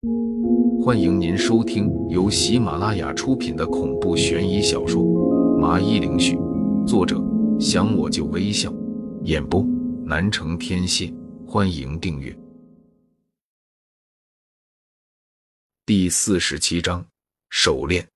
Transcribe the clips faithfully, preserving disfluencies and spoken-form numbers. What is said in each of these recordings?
欢迎您收听由喜马拉雅出品的恐怖悬疑小说《麻衣灵絮》，作者想我就微笑，演播南城天蝎。欢迎订阅。第四十七章，手链。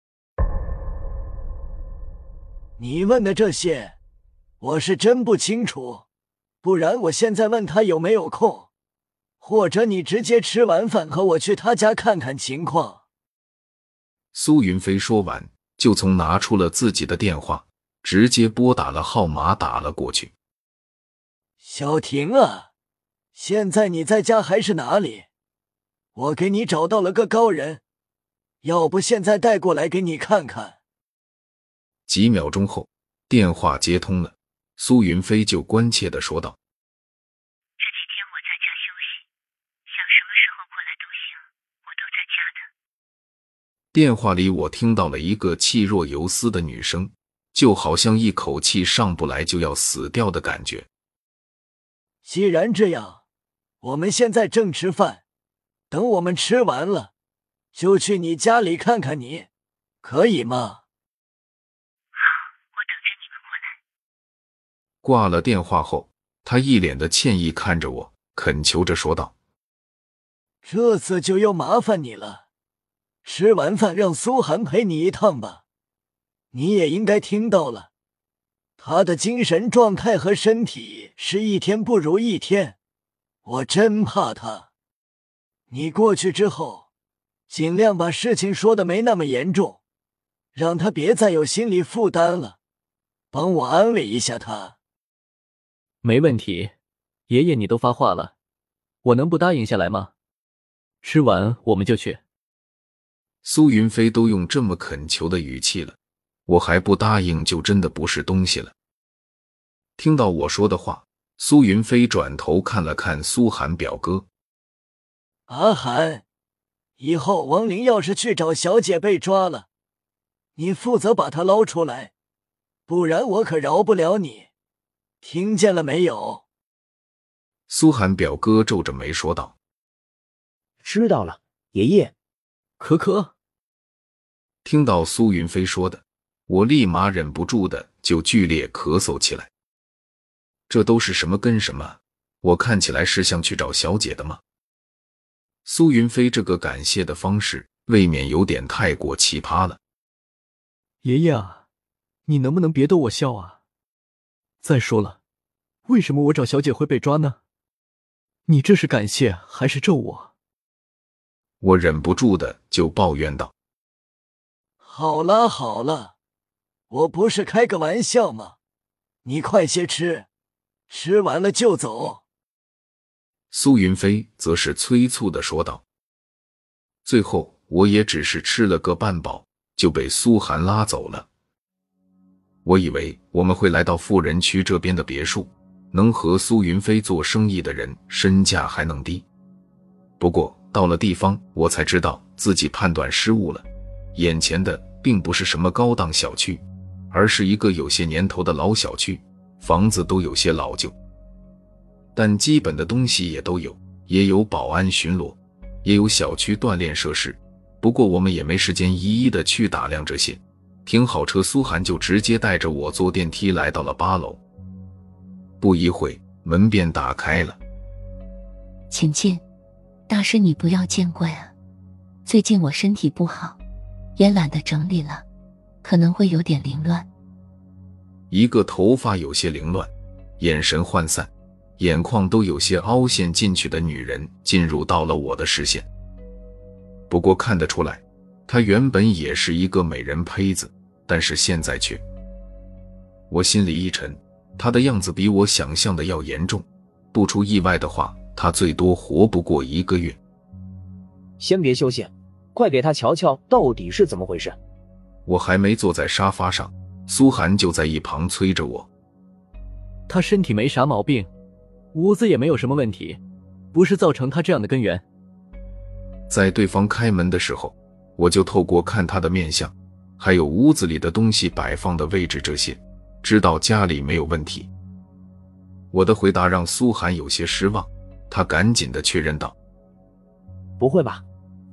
你问的这些我是真不清楚，不然我现在问他有没有空，或者你直接吃完饭和我去他家看看情况。 苏云飞说完，就从拿出了自己的电话，直接拨打了号码打了过去。 小婷啊，现在你在家还是哪里？我给你找到了个高人，要不现在带过来给你看看。 几秒钟后，电话接通了，苏云飞就关切地说道： 这几天我在家休息，想什么时候过来都行，我都在家的。 电话里我听到了一个气若游丝的女声，就好像一口气上不来就要死掉的感觉。 既然这样，我们现在正吃饭，等我们吃完了，就去你家里看看你，可以吗？ 我等着你们过来。 挂了电话后，他一脸的歉意看着我，恳求着说道： 这次就又麻烦你了，吃完饭让苏涵陪你一趟吧。你也应该听到了，他的精神状态和身体是一天不如一天，我真怕他。你过去之后，尽量把事情说得没那么严重，让他别再有心理负担了，帮我安慰一下他。 没问题，爷爷你都发话了，我能不答应下来吗？吃完我们就去。 苏云飞都用这么恳求的语气了，我还不答应就真的不是东西了。听到我说的话，苏云飞转头看了看苏涵表哥。 阿涵，以后王林要是去找小姐被抓了，你负责把她捞出来，不然我可饶不了你，听见了没有？ 苏涵表哥皱着眉说道： 知道了，爷爷。 可可。 听到苏云飞说的，我立马忍不住的就剧烈咳嗽起来。这都是什么跟什么？我看起来是像去找小姐的吗？苏云飞这个感谢的方式未免有点太过奇葩了。 爷爷啊，你能不能别逗我笑啊？再说了，为什么我找小姐会被抓呢？你这是感谢还是咒我？ 我忍不住的就抱怨道： 好了好了，我不是开个玩笑吗？你快些吃，吃完了就走。 苏云飞则是催促地说道。最后我也只是吃了个半饱，就被苏涵拉走了。我以为我们会来到富人区这边的别墅，能和苏云飞做生意的人身价还能低。不过到了地方，我才知道自己判断失误了，眼前的并不是什么高档小区，而是一个有些年头的老小区，房子都有些老旧，但基本的东西也都有，也有保安巡逻，也有小区锻炼设施。不过我们也没时间一一的去打量这些，停好车，苏涵就直接带着我坐电梯来到了八楼。不一会，门便打开了。 请进，大师你不要见怪啊，最近我身体不好，也懒得整理了，可能会有点凌乱。 一个头发有些凌乱，眼神涣散，眼眶都有些凹陷进去的女人进入到了我的视线。不过看得出来，她原本也是一个美人胚子，但是现在却……我心里一沉，她的样子比我想象的要严重，不出意外的话，她最多活不过一个月。 先别休息，快给他瞧瞧到底是怎么回事。 我还没坐在沙发上，苏涵就在一旁催着我。 他身体没啥毛病，屋子也没有什么问题，不是造成他这样的根源。 在对方开门的时候，我就透过看他的面相，还有屋子里的东西摆放的位置这些，知道家里没有问题。我的回答让苏涵有些失望，他赶紧地确认道： 不会吧，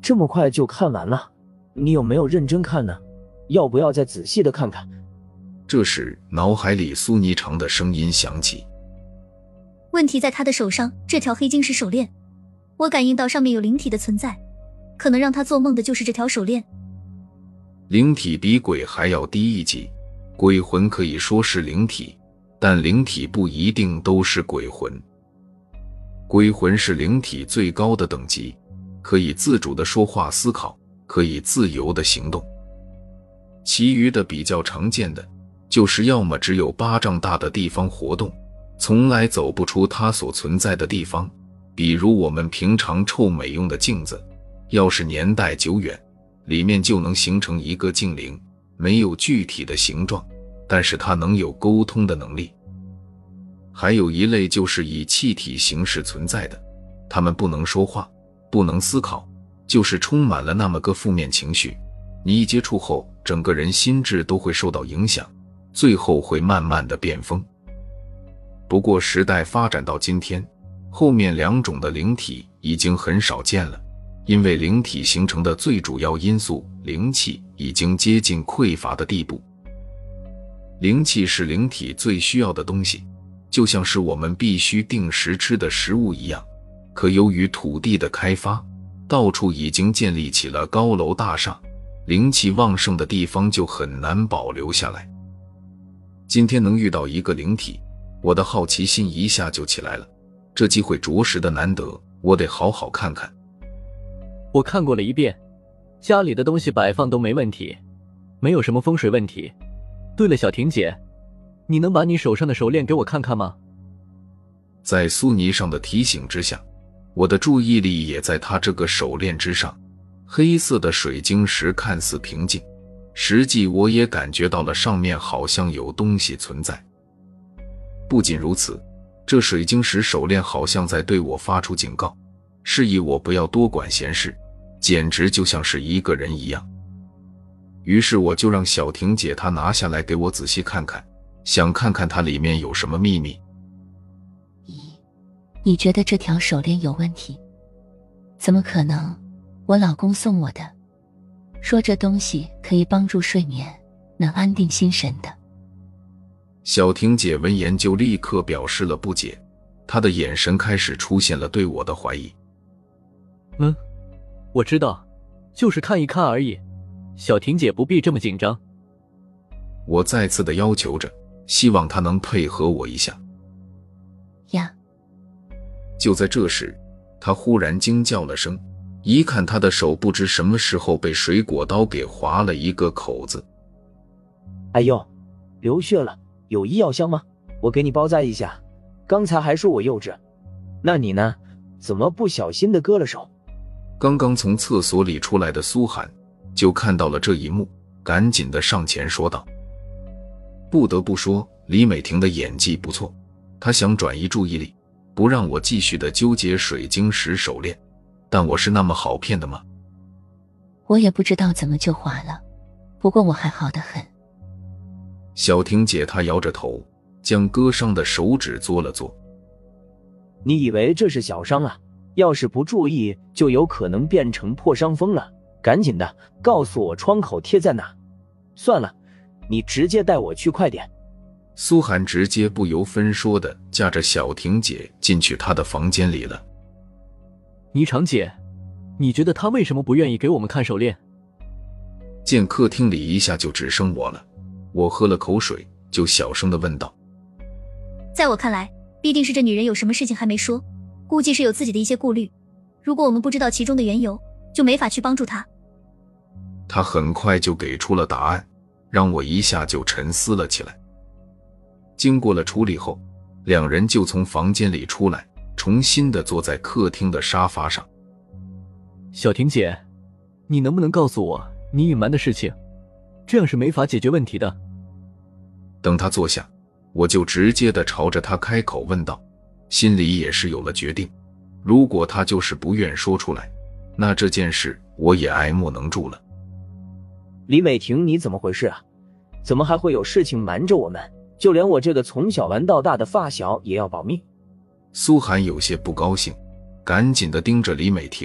这么快就看完了？你有没有认真看呢？要不要再仔细的看看？ 这时脑海里苏霓裳的声音响起。 问题在他的手上，这条黑晶石手链，我感应到上面有灵体的存在，可能让他做梦的就是这条手链。 灵体比鬼还要低一级，鬼魂可以说是灵体，但灵体不一定都是鬼魂。鬼魂是灵体最高的等级，可以自主的说话思考，可以自由的行动。其余的比较常见的，就是要么只有巴掌大的地方活动，从来走不出它所存在的地方，比如我们平常臭美用的镜子，要是年代久远，里面就能形成一个镜灵，没有具体的形状，但是它能有沟通的能力。还有一类就是以气体形式存在的，它们不能说话，不能思考，就是充满了那么个负面情绪，你一接触后，整个人心智都会受到影响，最后会慢慢的变疯。不过时代发展到今天，后面两种的灵体已经很少见了，因为灵体形成的最主要因素灵气已经接近匮乏的地步。灵气是灵体最需要的东西，就像是我们必须定时吃的食物一样，可由于土地的开发，到处已经建立起了高楼大厦，灵气旺盛的地方就很难保留下来。今天能遇到一个灵体，我的好奇心一下就起来了，这机会着实的难得，我得好好看看。 我看过了一遍，家里的东西摆放都没问题，没有什么风水问题。对了，小婷姐，你能把你手上的手链给我看看吗？ 在苏霓裳的提醒之下，我的注意力也在她这个手链之上。黑色的水晶石看似平静，实际我也感觉到了上面好像有东西存在。不仅如此，这水晶石手链好像在对我发出警告，示意我不要多管闲事，简直就像是一个人一样。于是我就让小婷姐她拿下来给我仔细看看，想看看它里面有什么秘密。 咦，你觉得这条手链有问题？怎么可能？我老公送我的，说这东西可以帮助睡眠，能安定心神的。 小婷姐闻言就立刻表示了不解，她的眼神开始出现了对我的怀疑。 嗯，我知道，就是看一看而已，小婷姐不必这么紧张。 我再次的要求着，希望她能配合我一下。 呀！ 就在这时，她忽然惊叫了声，一看她的手不知什么时候被水果刀给划了一个口子。 哎呦，流血了，有医药箱吗？我给你包扎一下。刚才还说我幼稚，那你呢？怎么不小心的割了手？ 刚刚从厕所里出来的苏寒就看到了这一幕，赶紧的上前说道。不得不说，李美婷的演技不错，她想转移注意力，不让我继续的纠结水晶石手链，但我是那么好骗的吗？ 我也不知道怎么就划了，不过我还好得很。 小婷姐她摇着头，将割伤的手指嘬了嘬。 你以为这是小伤啊？要是不注意，就有可能变成破伤风了。赶紧的，告诉我创口贴在哪。算了，你直接带我去，快点。 苏寒直接不由分说的架着小婷姐进去她的房间里了。 霓裳姐，你觉得她为什么不愿意给我们看手链？ 见客厅里一下就只剩我了，我喝了口水，就小声的问道。 在我看来，必定是这女人有什么事情还没说，估计是有自己的一些顾虑。如果我们不知道其中的缘由，就没法去帮助她。 她很快就给出了答案，让我一下就沉思了起来。经过了处理后，两人就从房间里出来，重新的坐在客厅的沙发上。 小婷姐，你能不能告诉我你隐瞒的事情？这样是没法解决问题的。 等他坐下，我就直接的朝着他开口问道，心里也是有了决定，如果他就是不愿说出来，那这件事我也爱莫能助了。 李美婷，你怎么回事啊？怎么还会有事情瞒着我们？就连我这个从小玩到大的发小也要保密。 苏寒有些不高兴，赶紧的盯着李美婷，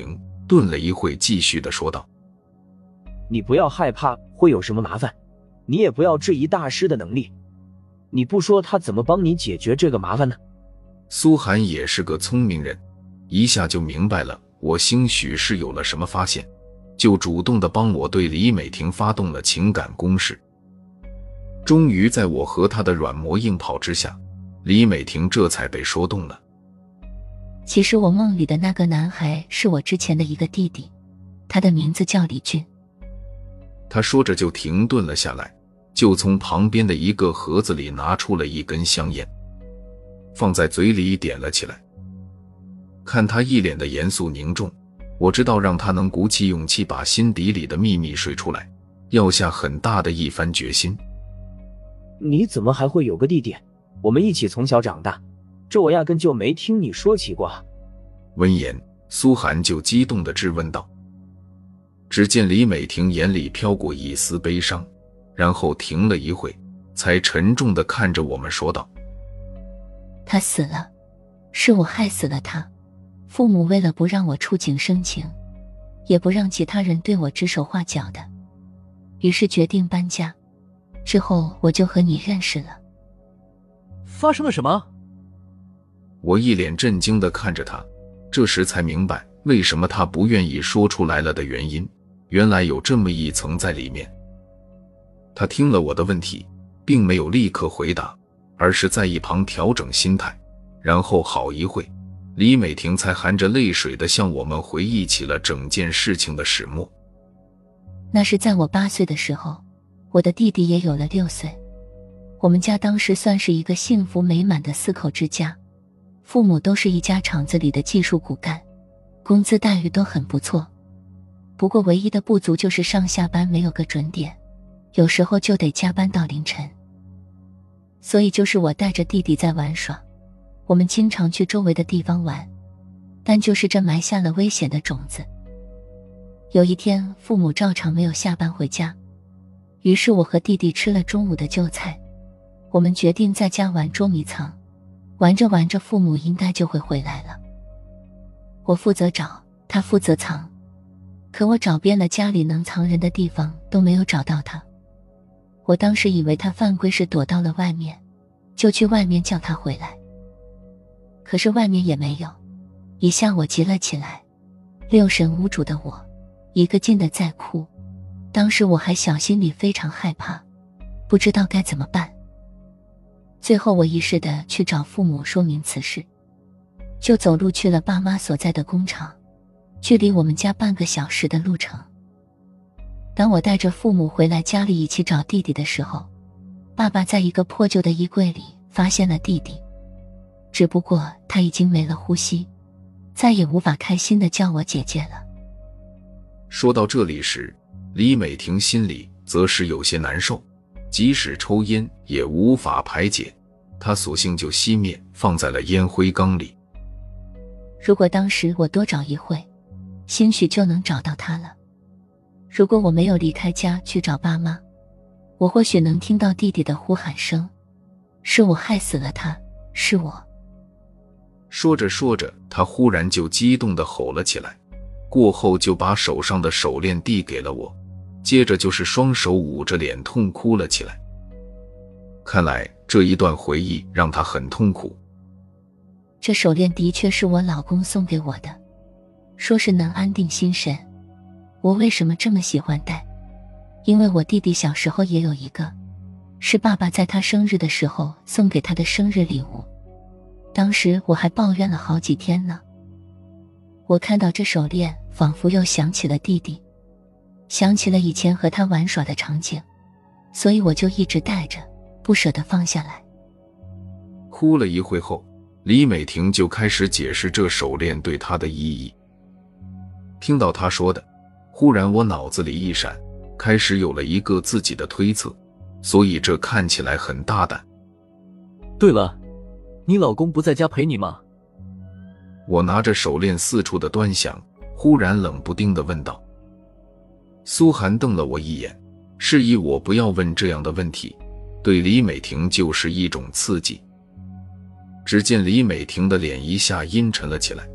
顿了一会，继续的说道： 你不要害怕会有什么麻烦，你也不要质疑大师的能力。你不说他怎么帮你解决这个麻烦呢？ 苏寒也是个聪明人，一下就明白了我兴许是有了什么发现，就主动的帮我对李美婷发动了情感攻势。终于在我和他的软磨硬泡之下，李美婷这才被说动了。 其实我梦里的那个男孩是我之前的一个弟弟，他的名字叫李俊。 他说着就停顿了下来，就从旁边的一个盒子里拿出了一根香烟，放在嘴里点了起来。看他一脸的严肃凝重，我知道让他能鼓起勇气把心底里的秘密说出来，要下很大的一番决心。 你怎么还会有个弟弟？我们一起从小长大，这我压根就没听你说起过。 闻言，苏寒就激动地质问道。只见李美婷眼里飘过一丝悲伤，然后停了一会，才沉重地看着我们说道： 他死了，是我害死了他。父母为了不让我触景生情，也不让其他人对我指手画脚的，于是决定搬家。之后我就和你认识了。 发生了什么？ 我一脸震惊地看着他，这时才明白为什么他不愿意说出来了的原因，原来有这么一层在里面。他听了我的问题，并没有立刻回答，而是在一旁调整心态，然后好一会，李美婷才含着泪水地向我们回忆起了整件事情的始末。 那是在我八岁的时候，我的弟弟也有了六岁。我们家当时算是一个幸福美满的四口之家，父母都是一家厂子里的技术骨干，工资待遇都很不错。不过唯一的不足就是上下班没有个准点，有时候就得加班到凌晨。所以就是我带着弟弟在玩耍，我们经常去周围的地方玩，但就是这埋下了危险的种子。有一天，父母照常没有下班回家，于是我和弟弟吃了中午的就菜，我们决定在家玩捉迷藏。玩着玩着，父母应该就会回来了。我负责找，他负责藏，可我找遍了家里能藏人的地方，都没有找到他。我当时以为他犯规是躲到了外面，就去外面叫他回来。可是外面也没有，一下我急了起来，六神无主的我，一个劲的在哭。当时我还小，心里非常害怕，不知道该怎么办。最后我意识地去找父母说明此事，就走路去了爸妈所在的工厂，距离我们家半个小时的路程。当我带着父母回来家里一起找弟弟的时候，爸爸在一个破旧的衣柜里发现了弟弟，只不过他已经没了呼吸，再也无法开心地叫我姐姐了。 说到这里时，李美婷心里则是有些难受，即使抽烟也无法排解，她索性就熄灭，放在了烟灰缸里。 如果当时我多找一会，兴许就能找到他了。如果我没有离开家去找爸妈，我或许能听到弟弟的呼喊声，是我害死了他，是我。 说着说着，他忽然就激动地吼了起来，过后就把手上的手链递给了我，接着就是双手捂着脸痛哭了起来。看来这一段回忆让他很痛苦。 这手链的确是我老公送给我的，说是能安定心神。我为什么这么喜欢戴？因为我弟弟小时候也有一个，是爸爸在他生日的时候送给他的生日礼物。当时我还抱怨了好几天呢。我看到这手链，仿佛又想起了弟弟，想起了以前和他玩耍的场景，所以我就一直戴着，不舍得放下来。 哭了一会后，李美婷就开始解释这手链对她的意义。听到她说的，忽然我脑子里一闪，开始有了一个自己的推测，所以这看起来很大胆。 对了，你老公不在家陪你吗？ 我拿着手链四处的端详，忽然冷不丁地问道。苏寒瞪了我一眼，示意我不要问这样的问题，对李美婷就是一种刺激。只见李美婷的脸一下阴沉了起来，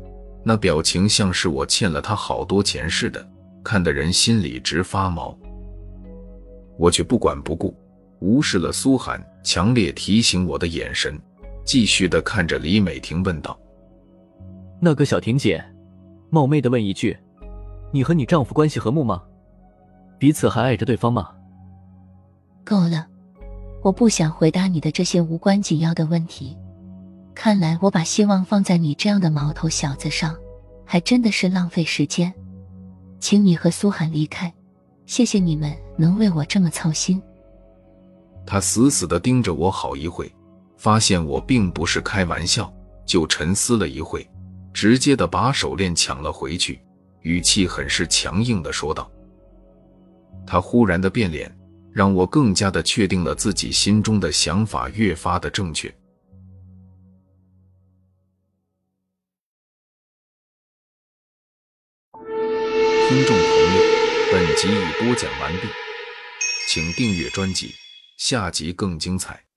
那表情像是我欠了他好多钱似的，看得人心里直发毛。我却不管不顾，无视了苏寒强烈提醒我的眼神，继续地看着李美婷问道： 那个小婷姐，冒昧地问一句，你和你丈夫关系和睦吗？彼此还爱着对方吗？ 够了，我不想回答你的这些无关紧要的问题。看来我把希望放在你这样的毛头小子上，还真的是浪费时间。请你和苏寒离开，谢谢你们能为我这么操心。 他死死地盯着我好一会，发现我并不是开玩笑，就沉思了一会，直接地把手链抢了回去，语气很是强硬地说道。他忽然的变脸，让我更加的确定了自己心中的想法越发的正确。听众朋友，本集已播讲完毕，请订阅专辑，下集更精彩。